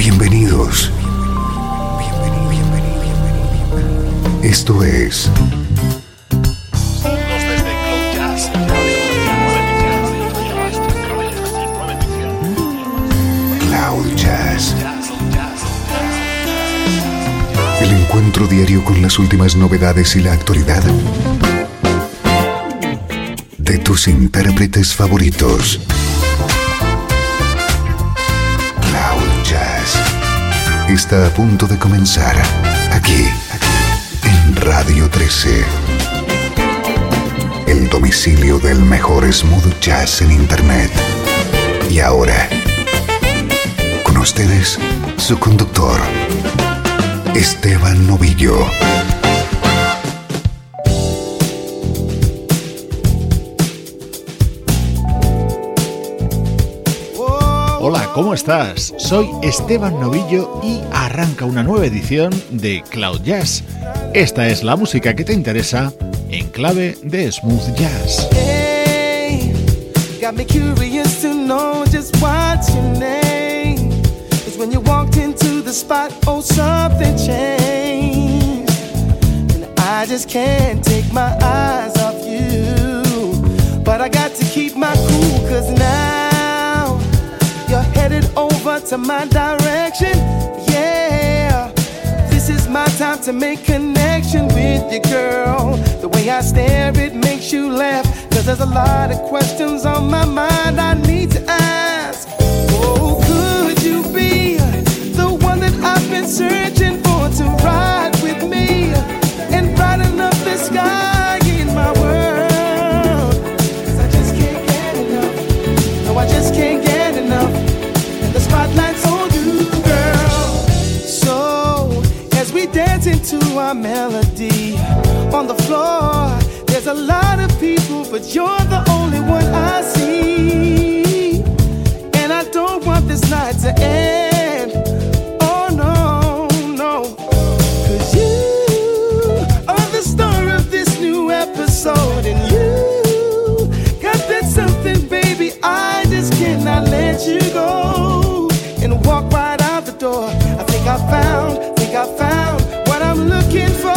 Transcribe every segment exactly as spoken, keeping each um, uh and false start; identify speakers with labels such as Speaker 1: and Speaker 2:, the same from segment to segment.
Speaker 1: Bienvenidos. Esto es Cloud Jazz. El encuentro diario con las últimas novedades y la actualidad de tus intérpretes favoritos. Cloud Jazz está a punto de comenzar aquí, en Radio trece. El domicilio del mejor smooth jazz en internet. Y ahora, con ustedes, su conductor, Esteban Novillo.
Speaker 2: Hola, ¿cómo estás? Soy Esteban Novillo y arranca una nueva edición de Cloud Jazz. Esta es la música que te interesa en clave de smooth jazz.
Speaker 3: Hey, got me curious to know just what's your name. It's when you walked into the spot, oh, something changed. And I just can't take my eyes off you. But I got to keep my cool, cause now you're headed over to my direction. Yeah, this is my time to make connection with you, girl. The way I stare, it makes you laugh. Cause there's a lot of questions on my mind I need to ask. Oh, could you be the one that I've been searching for to ride with me and brighten up the sky in my world? Cause I just can't get enough. No, I just can't get enough. And the spotlight's on you, girl. So, as we dance into our melody on the floor, there's a lot of people, but you're the only one I see. And I don't want this night to end. Oh no, no. Cause you are the star of this new episode. And you got that something, baby, I just cannot let you go. And walk right out the door. I think I found, think I found what I'm looking for.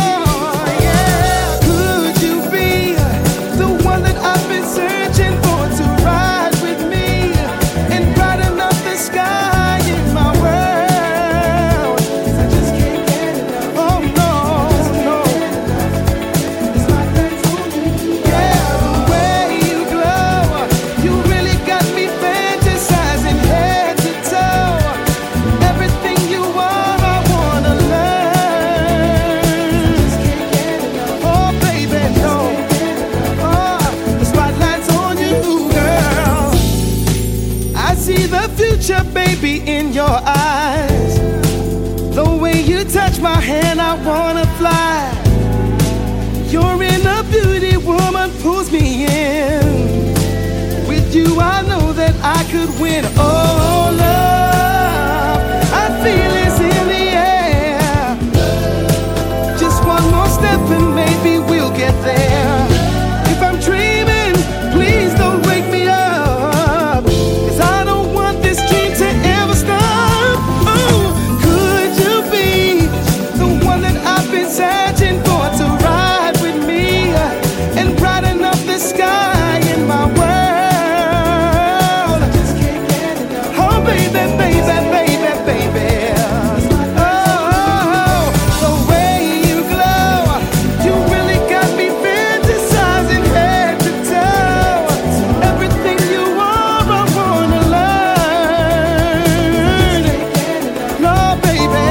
Speaker 3: Baby, in your eyes, the way you touch my hand, I wanna fly. You're in a beauty, woman, pulls me in. With you, I know that I could win. Oh, love, I feel it's in the air. Just one more step and maybe we'll get there. If I'm dreaming, please don't wake me up, cause I don't want this dream to ever stop. Oh, could you be the one that I've been searching for to ride with me and brighten up the sky in my world? I just can't get enough. Oh, baby, baby, baby, baby. Oh, the way you glow, you really got me fantasizing head to toe. Everything you are, I wanna learn. No, baby.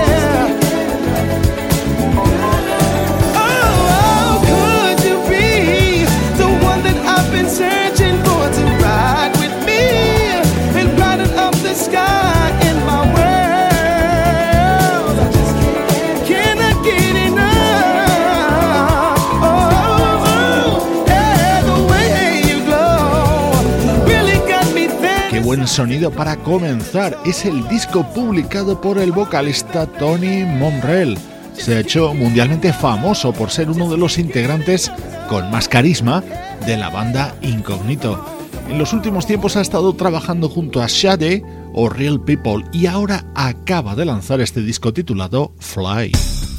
Speaker 3: Oh, could you be the one that I've been searching for to ride with me and brighten up the sky in my world? I just can't, cannot get enough. Oh, yeah, the way you glow really got me thinking.
Speaker 2: Qué buen sonido para comenzar. Es el disco publicado por el vocalista Tony Momrelle. Se ha hecho mundialmente famoso por ser uno de los integrantes con más carisma de la banda Incognito. En los últimos tiempos ha estado trabajando junto a Sade o Real People y ahora acaba de lanzar este disco titulado Fly.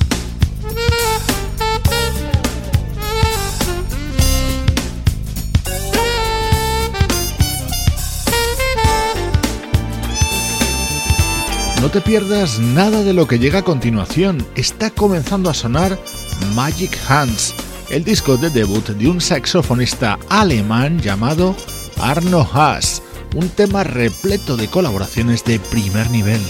Speaker 2: No te pierdas nada de lo que llega a continuación. Está comenzando a sonar Magic Hands, el disco de debut de un saxofonista alemán llamado Arno Haas, un tema repleto de colaboraciones de primer nivel.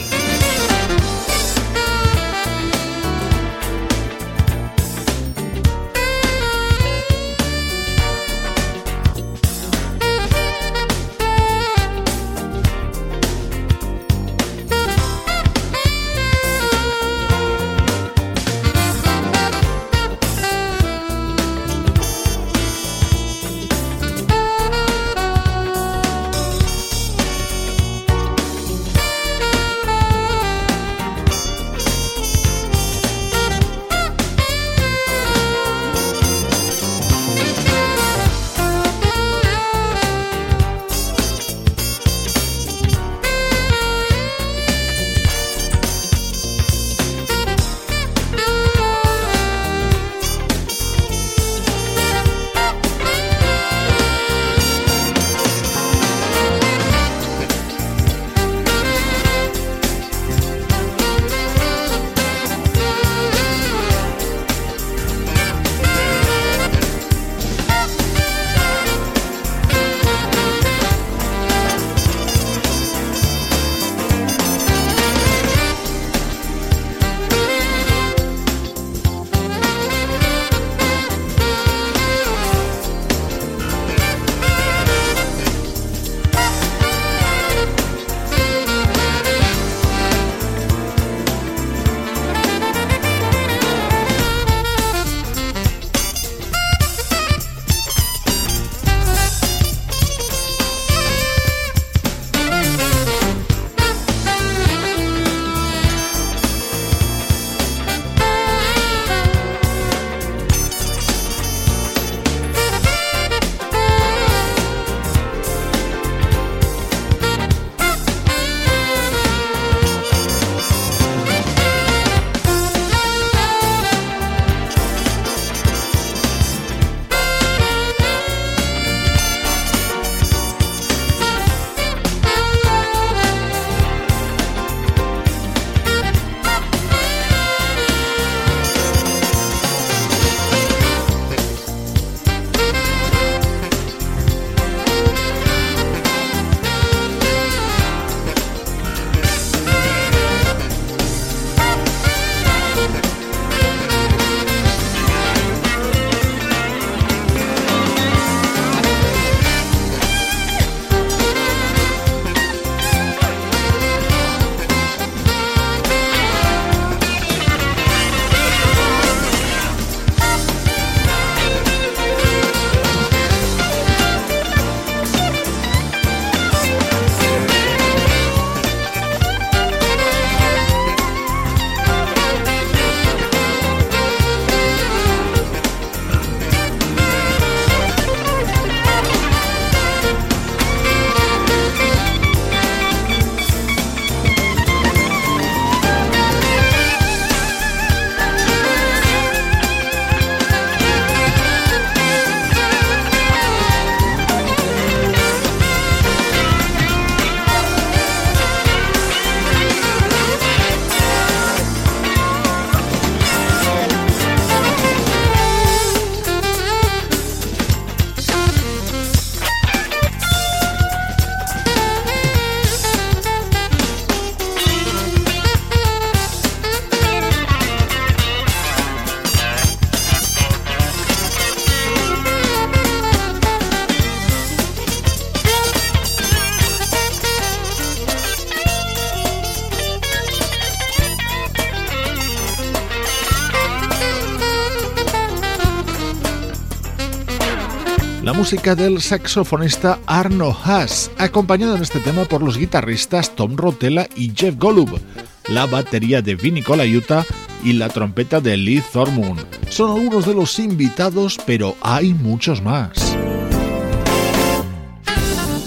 Speaker 2: la música del saxofonista Arno Haas, acompañado en este tema por los guitarristas Tom Rotella y Jeff Golub, la batería de Vinny Colaiuta y la trompeta de Lee Thornton. Son algunos de los invitados, pero hay muchos más.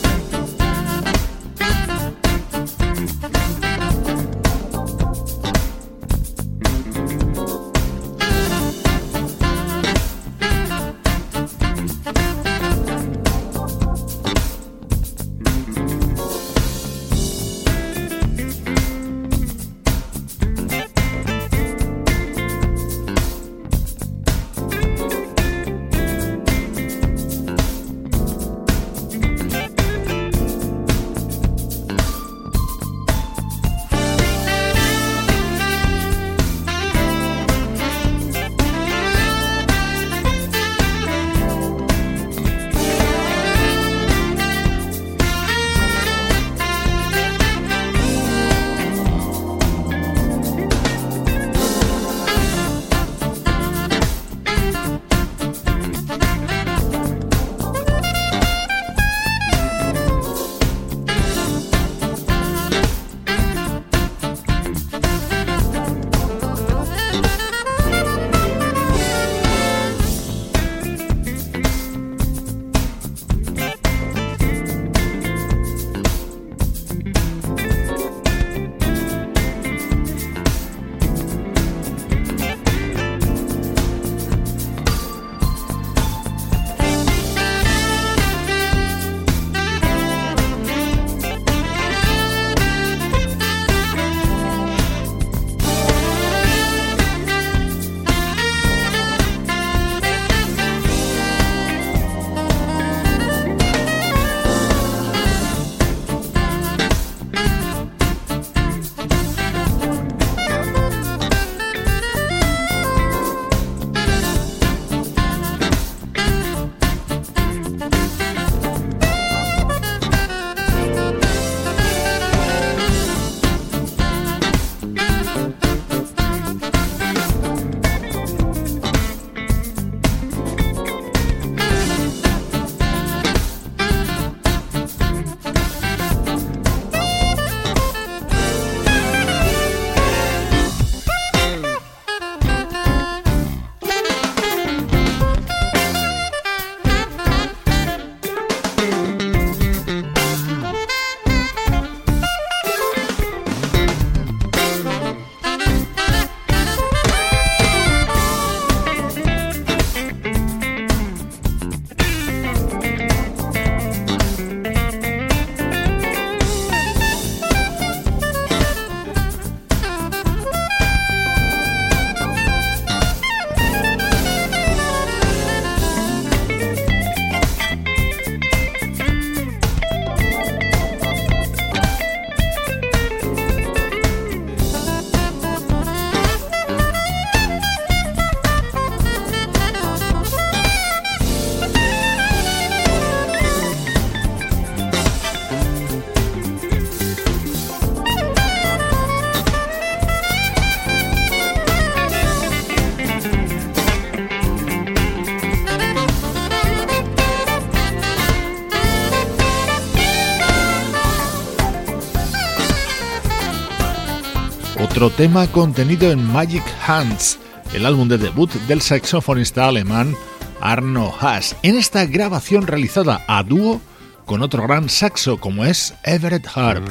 Speaker 2: otro tema contenido en Magic Hands, el álbum de debut del saxofonista alemán Arno Haas, en esta grabación realizada a dúo con otro gran saxo como es Everett Harp.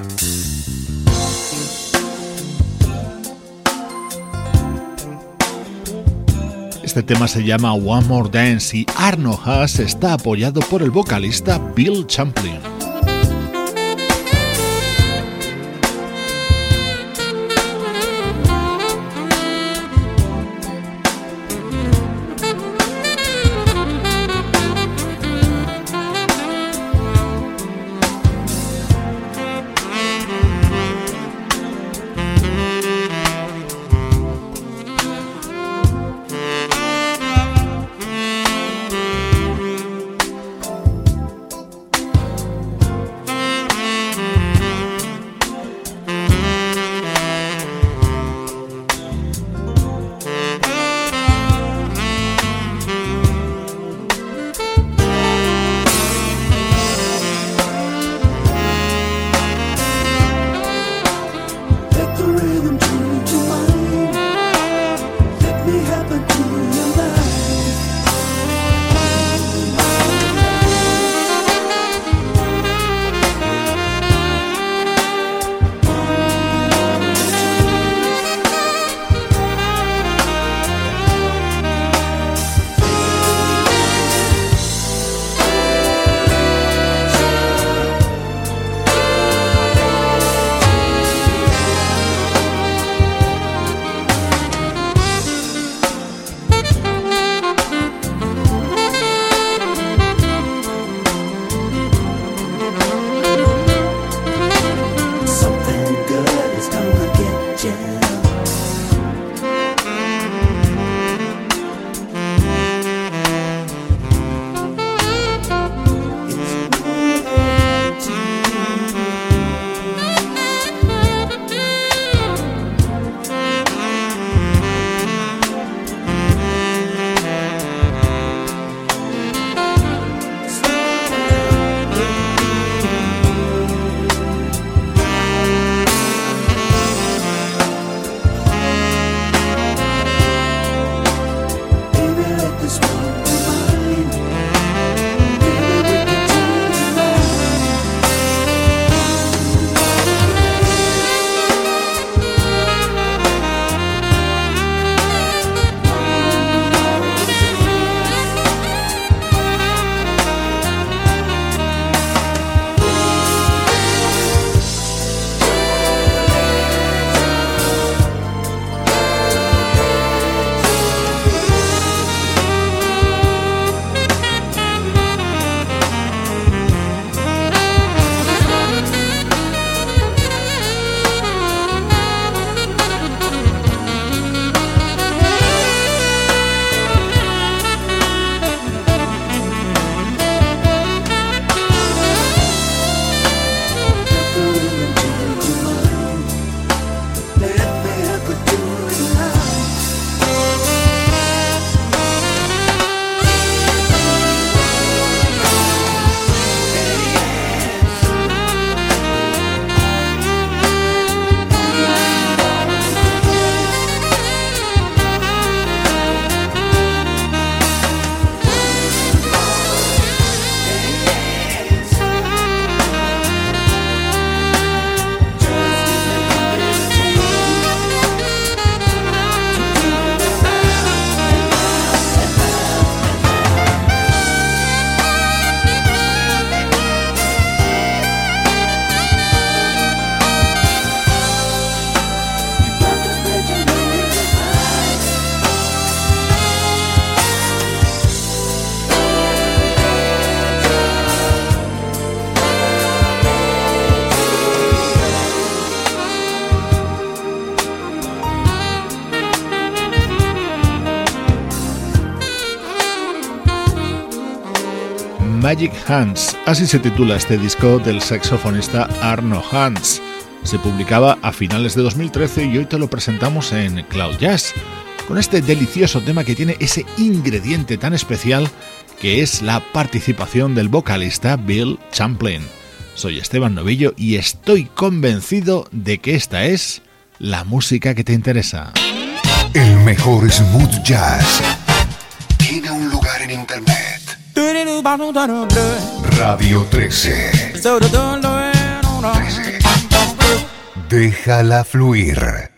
Speaker 2: Este tema se llama One More Dance y Arno Haas está apoyado por el vocalista Bill Champlin. Magic Hands, así se titula este disco del saxofonista Arno Haas. Se publicaba a finales de dos mil trece y hoy te lo presentamos en Cloud Jazz, con este delicioso tema que tiene ese ingrediente tan especial que es la participación del vocalista Bill Champlin. Soy Esteban Novillo y estoy convencido de que esta es la música que te interesa.
Speaker 1: El mejor smooth jazz tiene un lugar en internet. Radio trece. trece. Déjala fluir.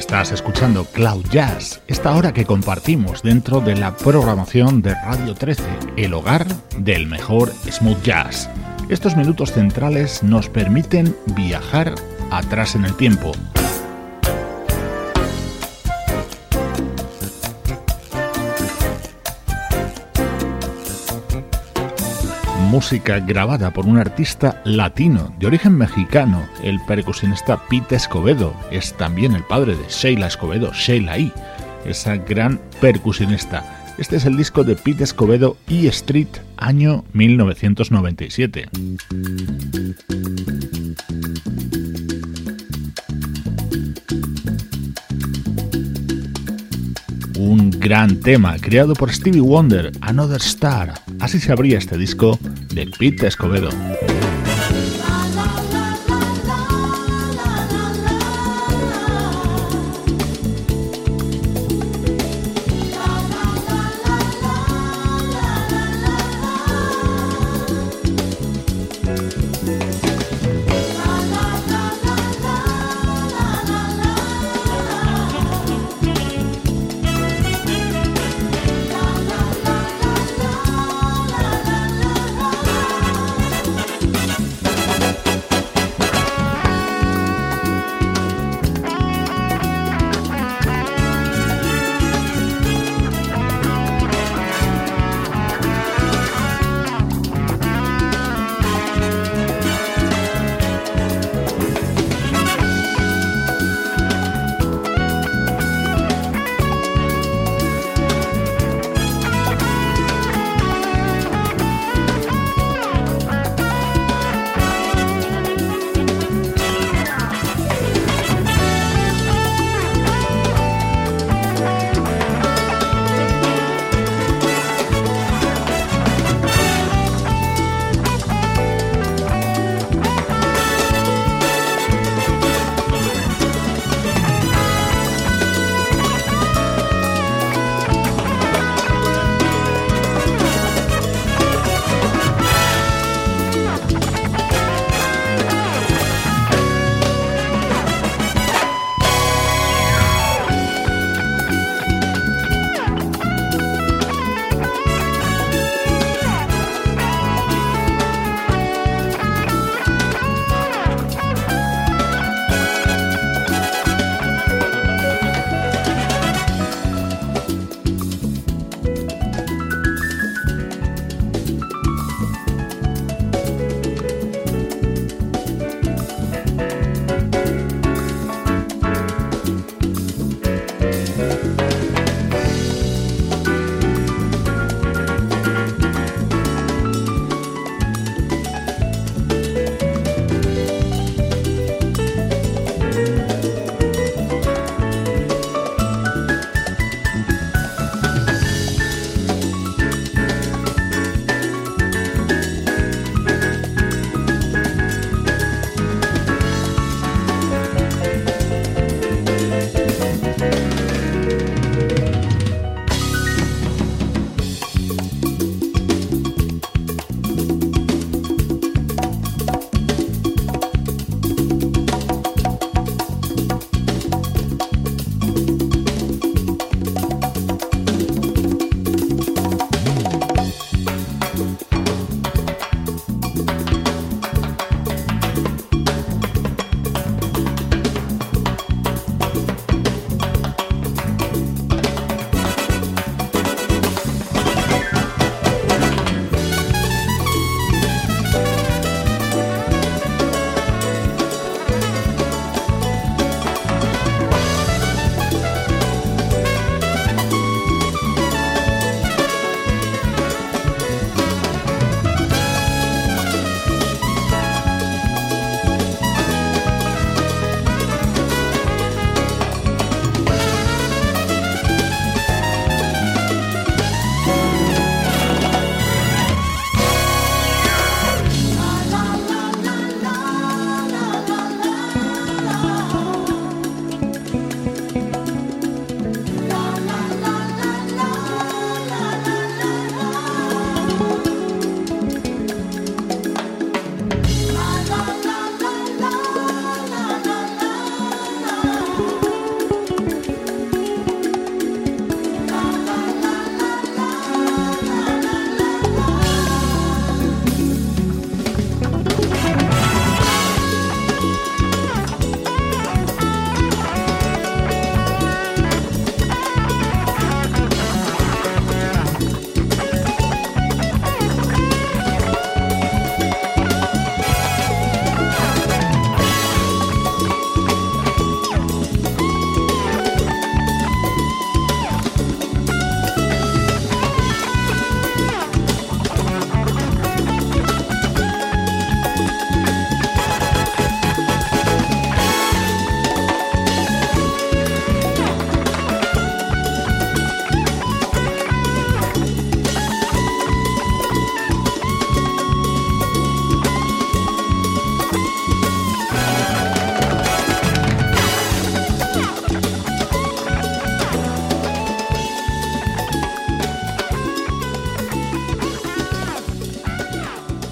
Speaker 2: Estás escuchando Cloud Jazz, esta hora que compartimos dentro de la programación de Radio trece, el hogar del mejor smooth jazz. Estos minutos centrales nos permiten viajar atrás en el tiempo. Música grabada por un artista latino de origen mexicano, el percusionista Pete Escobedo. Es también el padre de Sheila Escobedo, Sheila E., esa gran percusionista. Este es el disco de Pete Escobedo E Street, año mil novecientos noventa y siete. Un gran tema creado por Stevie Wonder, Another Star. Así se abría este disco de Pete Escobedo.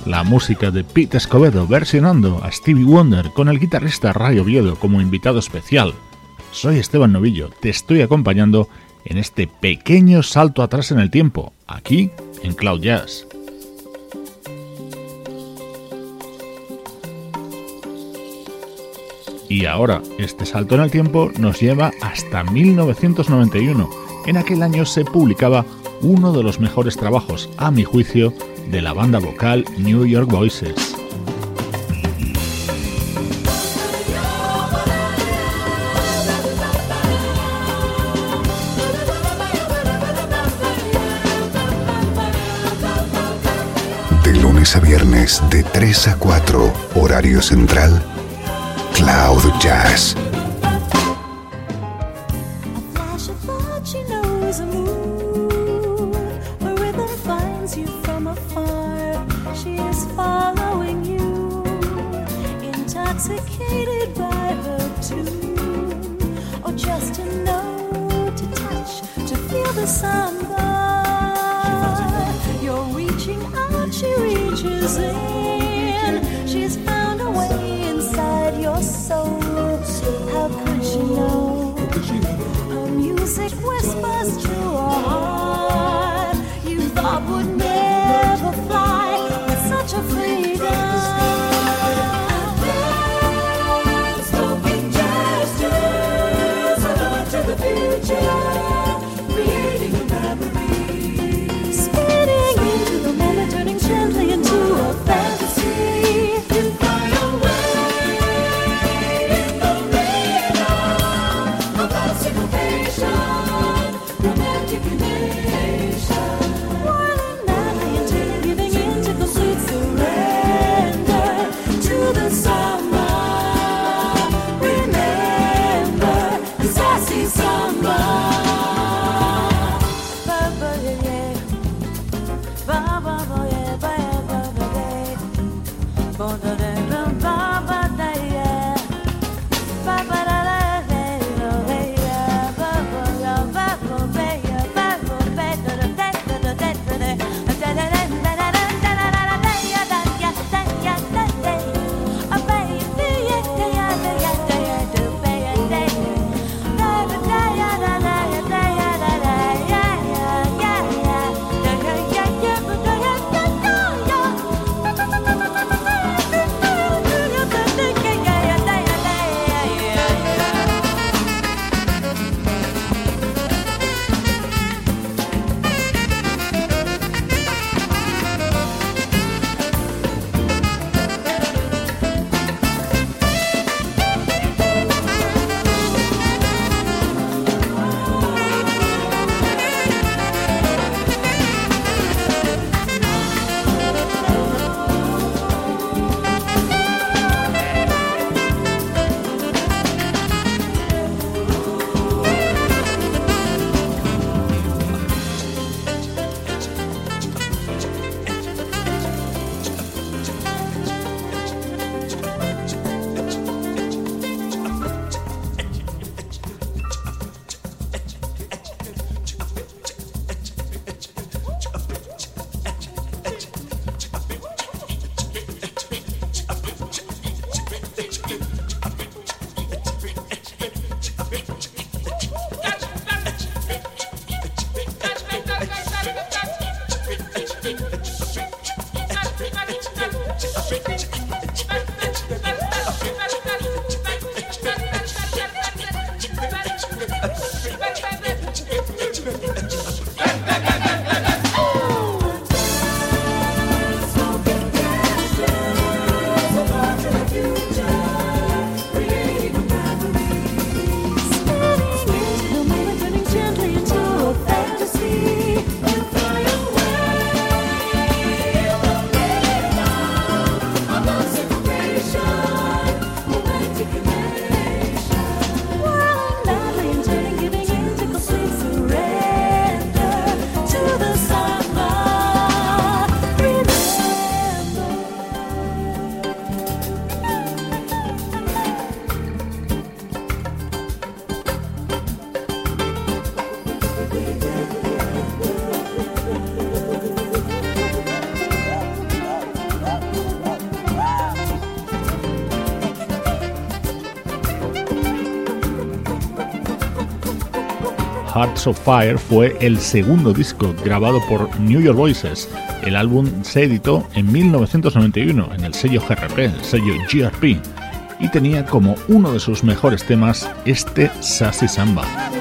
Speaker 2: la música de Pete Escobedo versionando a Stevie Wonder con el guitarrista Ray Oviedo como invitado especial. Soy Esteban Novillo, te estoy acompañando en este pequeño salto atrás en el tiempo, aquí en Cloud Jazz. Y ahora, este salto en el tiempo nos lleva hasta mil novecientos noventa y uno. En aquel año se publicaba uno de los mejores trabajos, a mi juicio, de la banda vocal New York Voices.
Speaker 1: De lunes a viernes, de tres a cuatro, horario central, Cloud Jazz.
Speaker 3: Intoxicated by her tune, or just a note to touch, to feel the samba. You're reaching out, she reaches in. She's found a way inside your soul. How could she know? Her music whispers to her heart. You thought would never fly with such a freedom. Creating a memory.
Speaker 2: Hearts of Fire fue el segundo disco grabado por New York Voices. El álbum se editó en mil novecientos noventa y uno en el sello G R P, el sello G R P, y tenía como uno de sus mejores temas este Sassy Samba.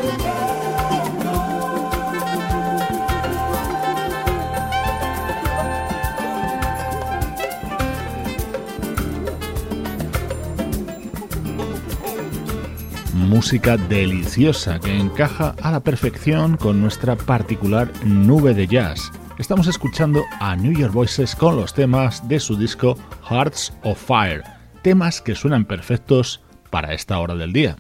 Speaker 2: Música deliciosa que encaja a la perfección con nuestra particular nube de jazz. Estamos escuchando a New York Voices con los temas de su disco Hearts of Fire, temas que suenan perfectos para esta hora del día.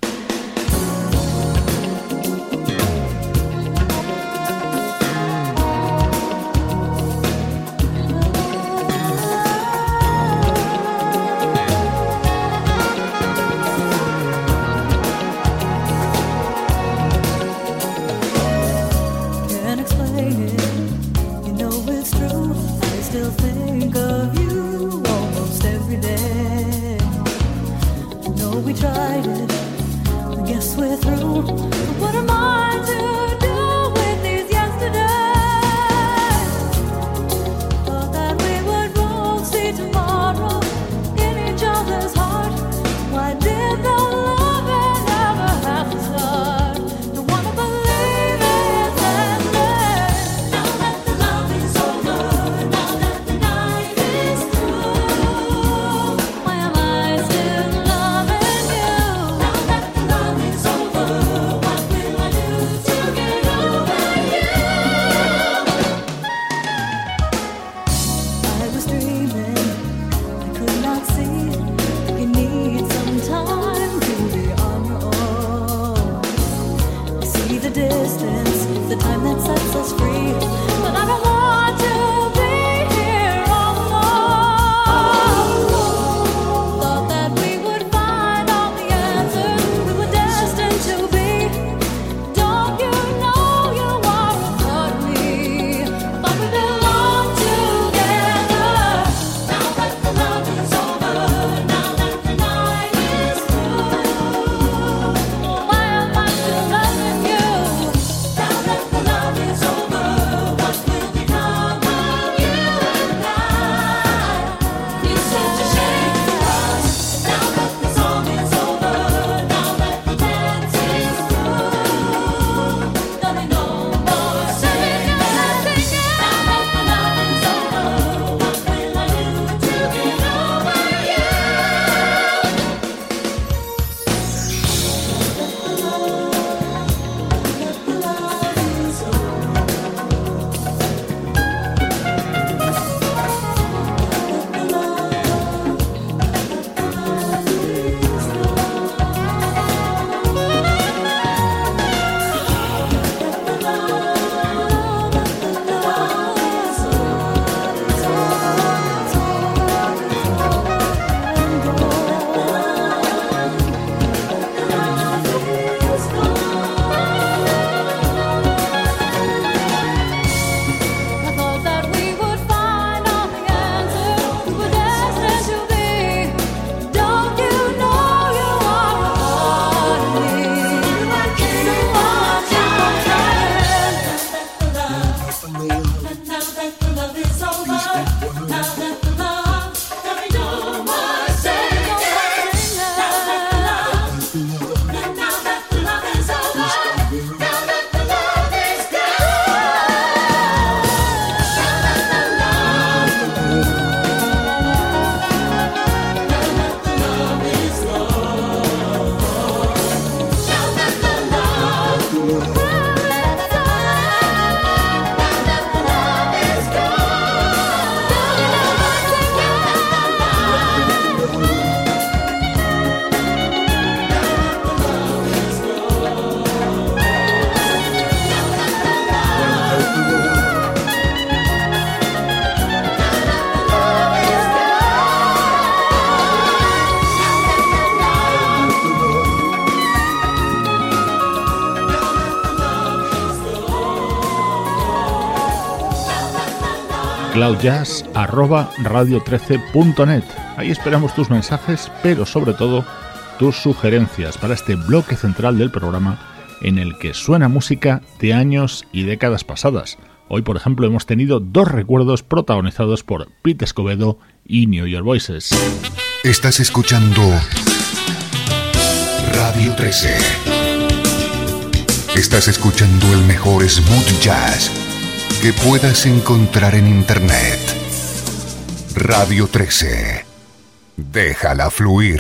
Speaker 2: cloud jazz arroba radio trece punto net. Ahí esperamos tus mensajes, pero sobre todo tus sugerencias para este bloque central del programa en el que suena música de años y décadas pasadas. Hoy, por ejemplo, hemos tenido dos recuerdos protagonizados por Pete Escovedo y New York Voices.
Speaker 1: Estás escuchando Radio trece. Estás escuchando el mejor smooth jazz que puedas encontrar en Internet. Radio trece. Déjala fluir.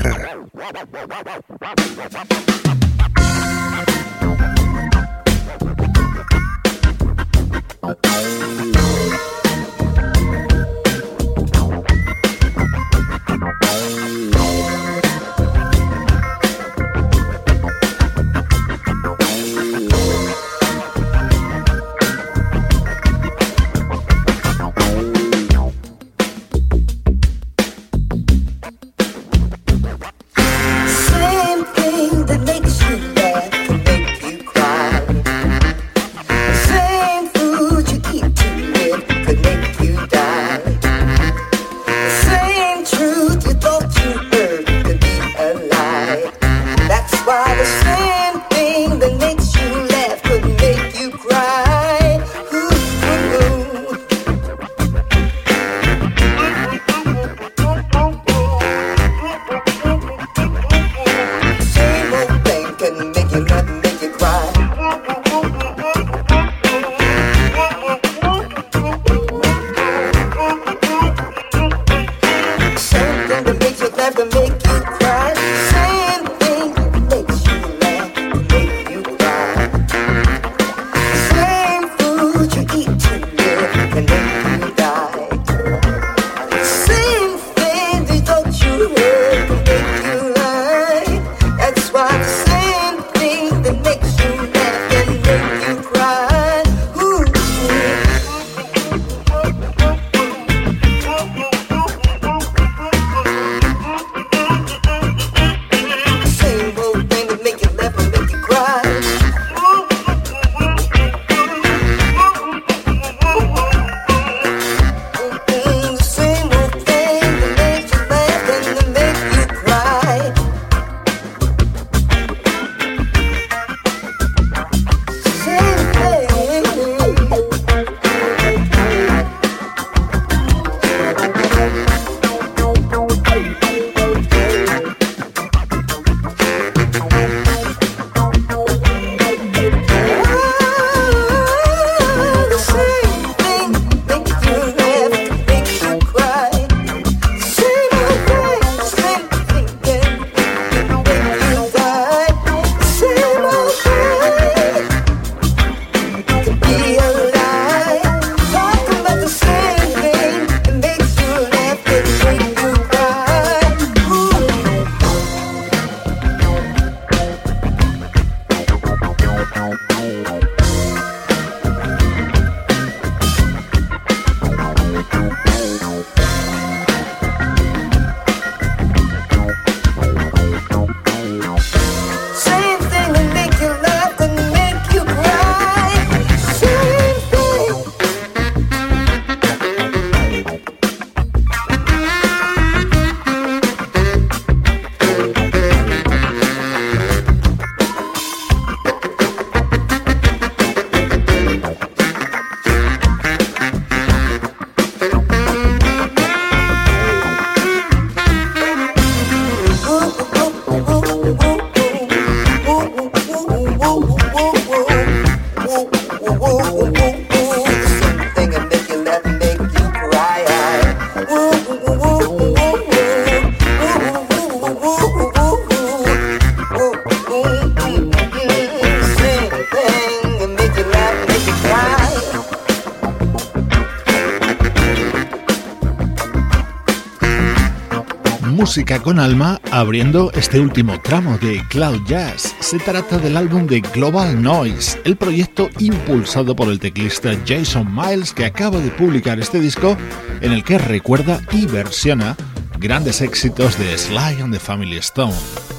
Speaker 2: Música con alma abriendo este último tramo de Cloud Jazz. Se trata del álbum de Global Noise, el proyecto impulsado por el teclista Jason Miles, que acaba de publicar este disco en el que recuerda y versiona grandes éxitos de Sly and the Family Stone.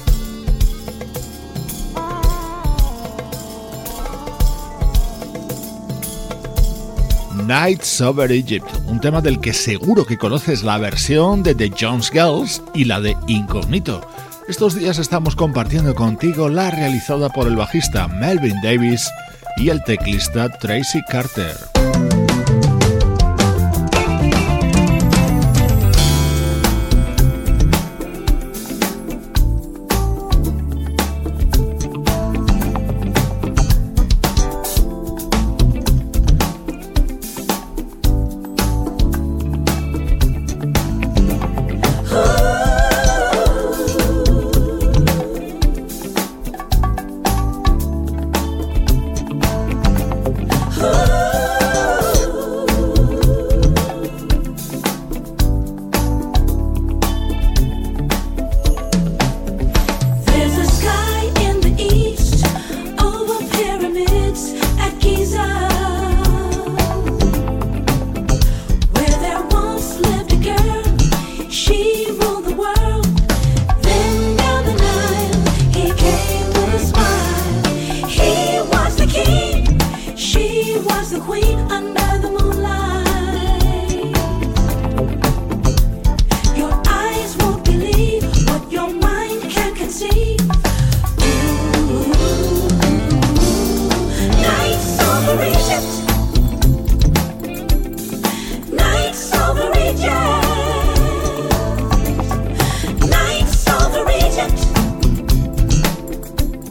Speaker 2: Nights Over Egypt, un tema del que seguro que conoces la versión de The Jones Girls y la de Incognito. Estos días estamos compartiendo contigo la realizada por el bajista Melvin Davis y el teclista Tracy Carter.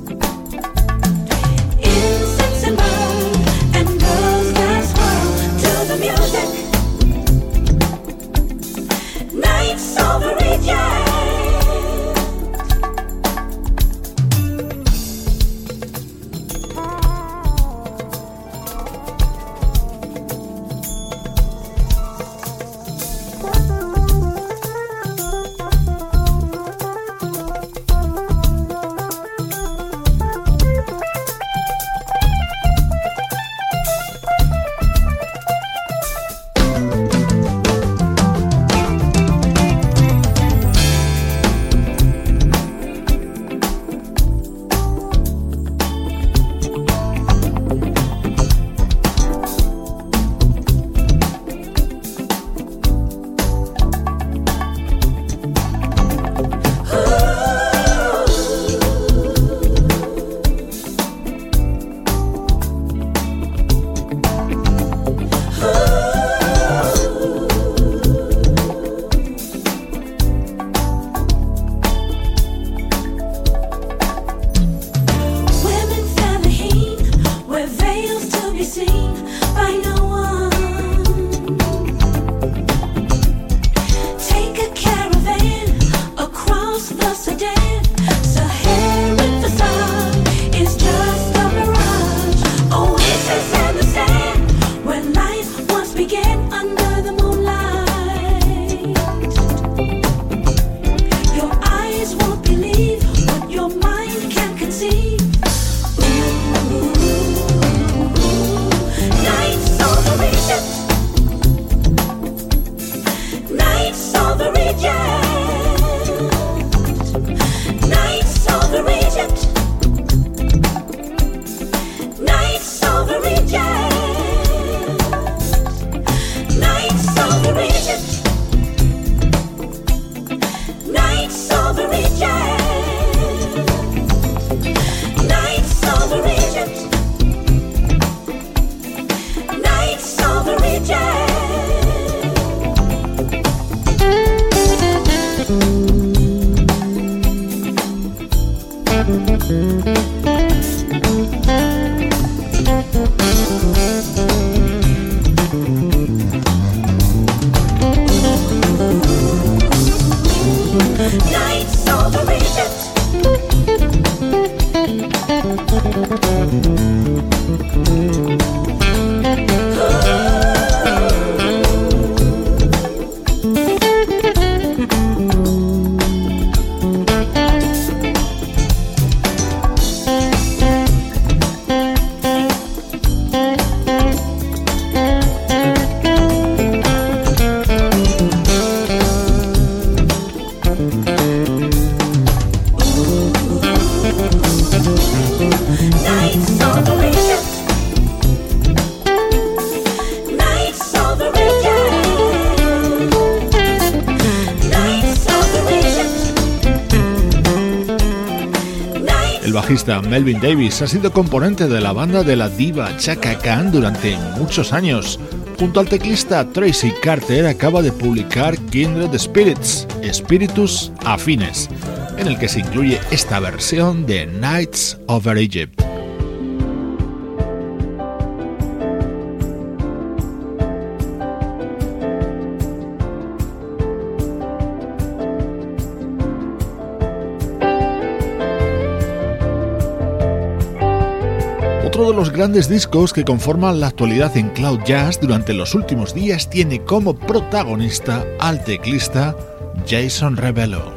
Speaker 3: To
Speaker 2: bajista Melvin Davis ha sido componente de la banda de la diva Chaka Khan durante muchos años. Junto al teclista Tracy Carter acaba de publicar Kindred Spirits, Espíritus Afines, en el que se incluye esta versión de Nights Over Egypt. Otro de los grandes discos que conforman la actualidad en Cloud Jazz durante los últimos días tiene como protagonista al teclista Jason Rebello.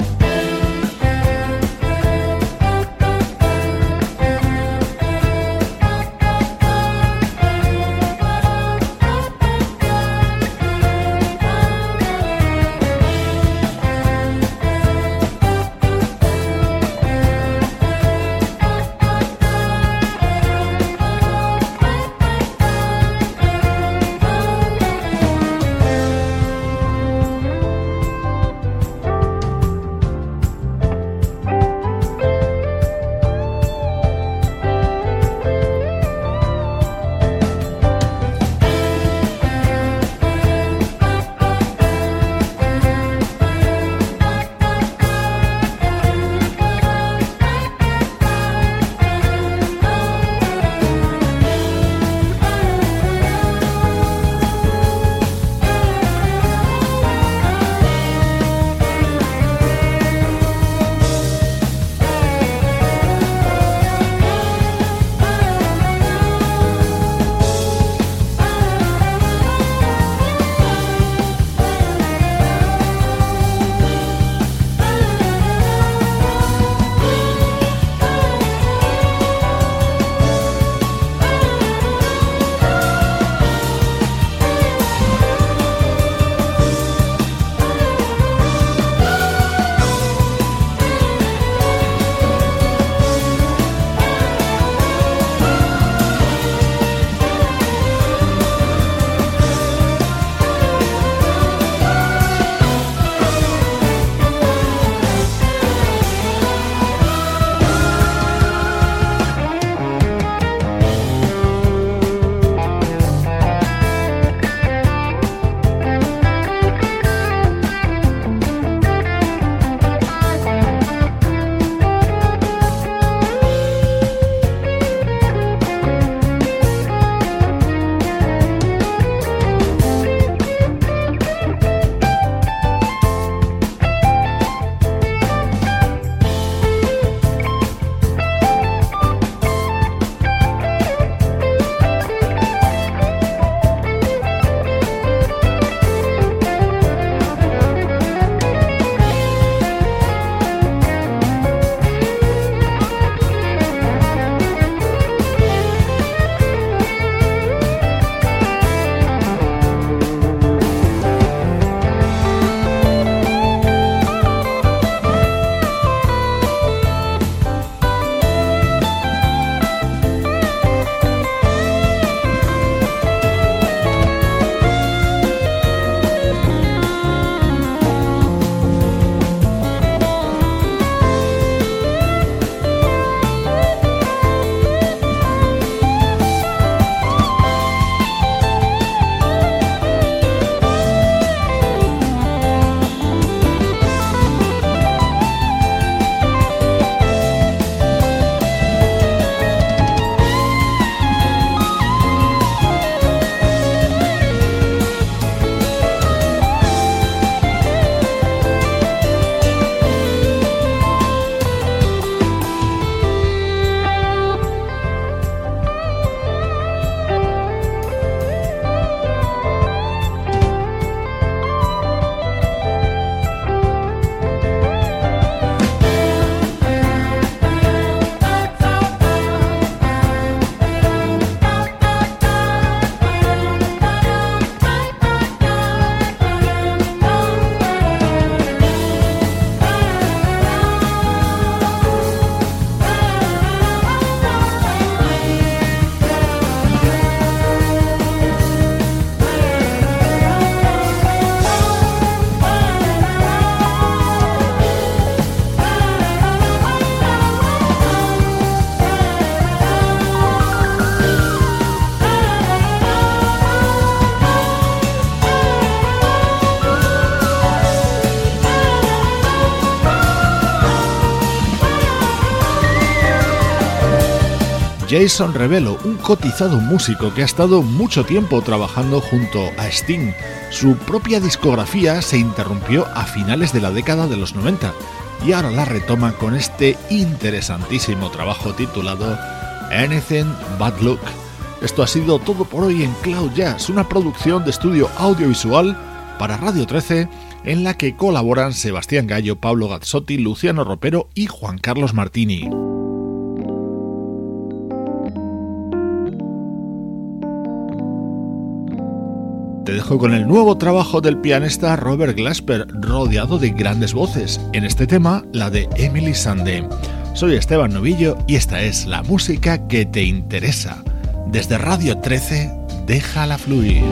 Speaker 2: Jason Rebelo, un cotizado músico que ha estado mucho tiempo trabajando junto a Sting. Su propia discografía se interrumpió a finales de la década de los noventa y ahora la retoma con este interesantísimo trabajo titulado Anything But Look. Esto ha sido todo por hoy en Cloud Jazz, una producción de estudio audiovisual para Radio trece en la que colaboran Sebastián Gallo, Pablo Gazzotti, Luciano Ropero y Juan Carlos Martini. Te dejo con el nuevo trabajo del pianista Robert Glasper, rodeado de grandes voces, en este tema la de Emily Sandé. Soy Esteban Novillo y esta es la música que te interesa. Desde Radio trece, déjala fluir.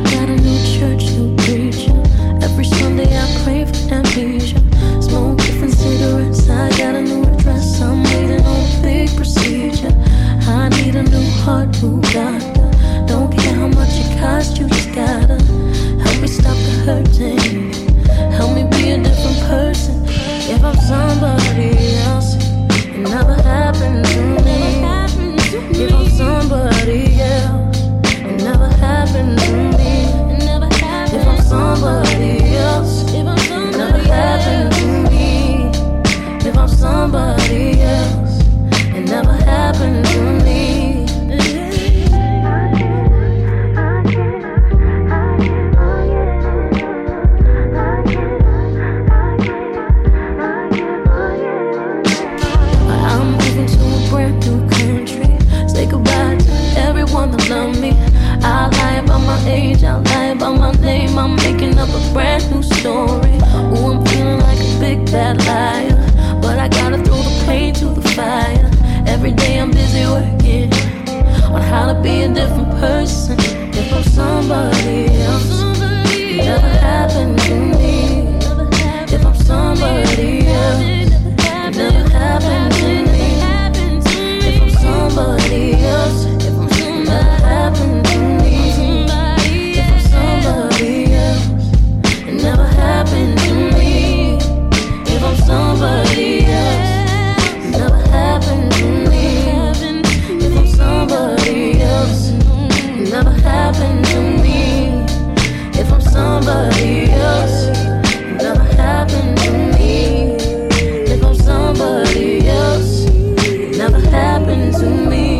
Speaker 4: Every Sunday I pray for amnesia. Smoke different cigarettes. I got a new address. I'm waiting on a big procedure. I need a new heart, new doctor. Don't care how much it costs, you just gotta help me stop the hurting. Help me be a different person. If I'm somebody else, it never happened to me. If I'm somebody else, it never happened to me. If I'm somebody else, if I'm somebody it never happened to me. If I'm somebody else, it never happened to me. I'm moving to a brand new country. Say goodbye to everyone that loved me. I lie about my age, I lie about my name. I'm making up a brand new story. Ooh, I'm feeling like a big bad liar, but I gotta throw the pain to the fire. Every day I'm busy working on how to be a different person. If I'm somebody else, it never happened to me. If I'm somebody else, it never happened to me. If I'm somebody else, it never happened to me. If I'm somebody else, it never happened to me. If I'm somebody else, it never happened to me. If I'm somebody else, it never happened to me. If I'm somebody else, it never happened to me. If I'm somebody else, it never happened to me.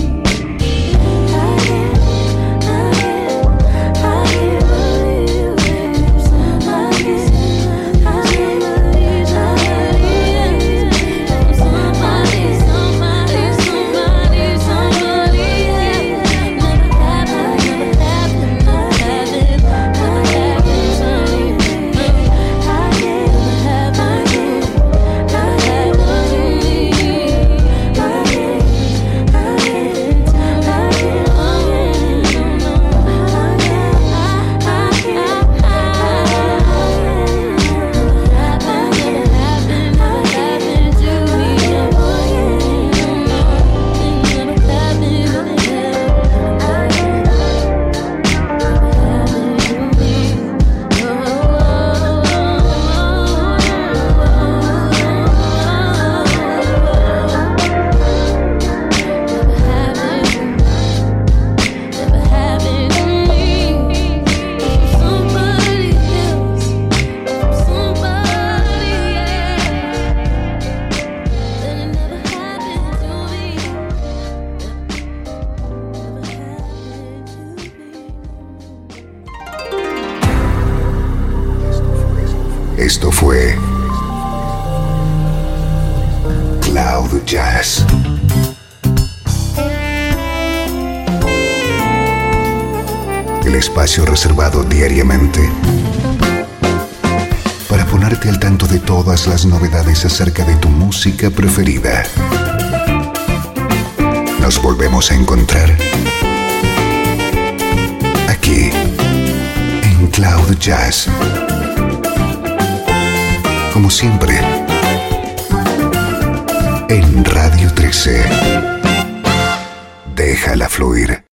Speaker 1: Esto fue Cloud Jazz. El espacio reservado diariamente para ponerte al tanto de todas las novedades acerca de tu música preferida. Nos volvemos a encontrar aquí en Cloud Jazz. Como siempre, en Radio trece. Déjala fluir.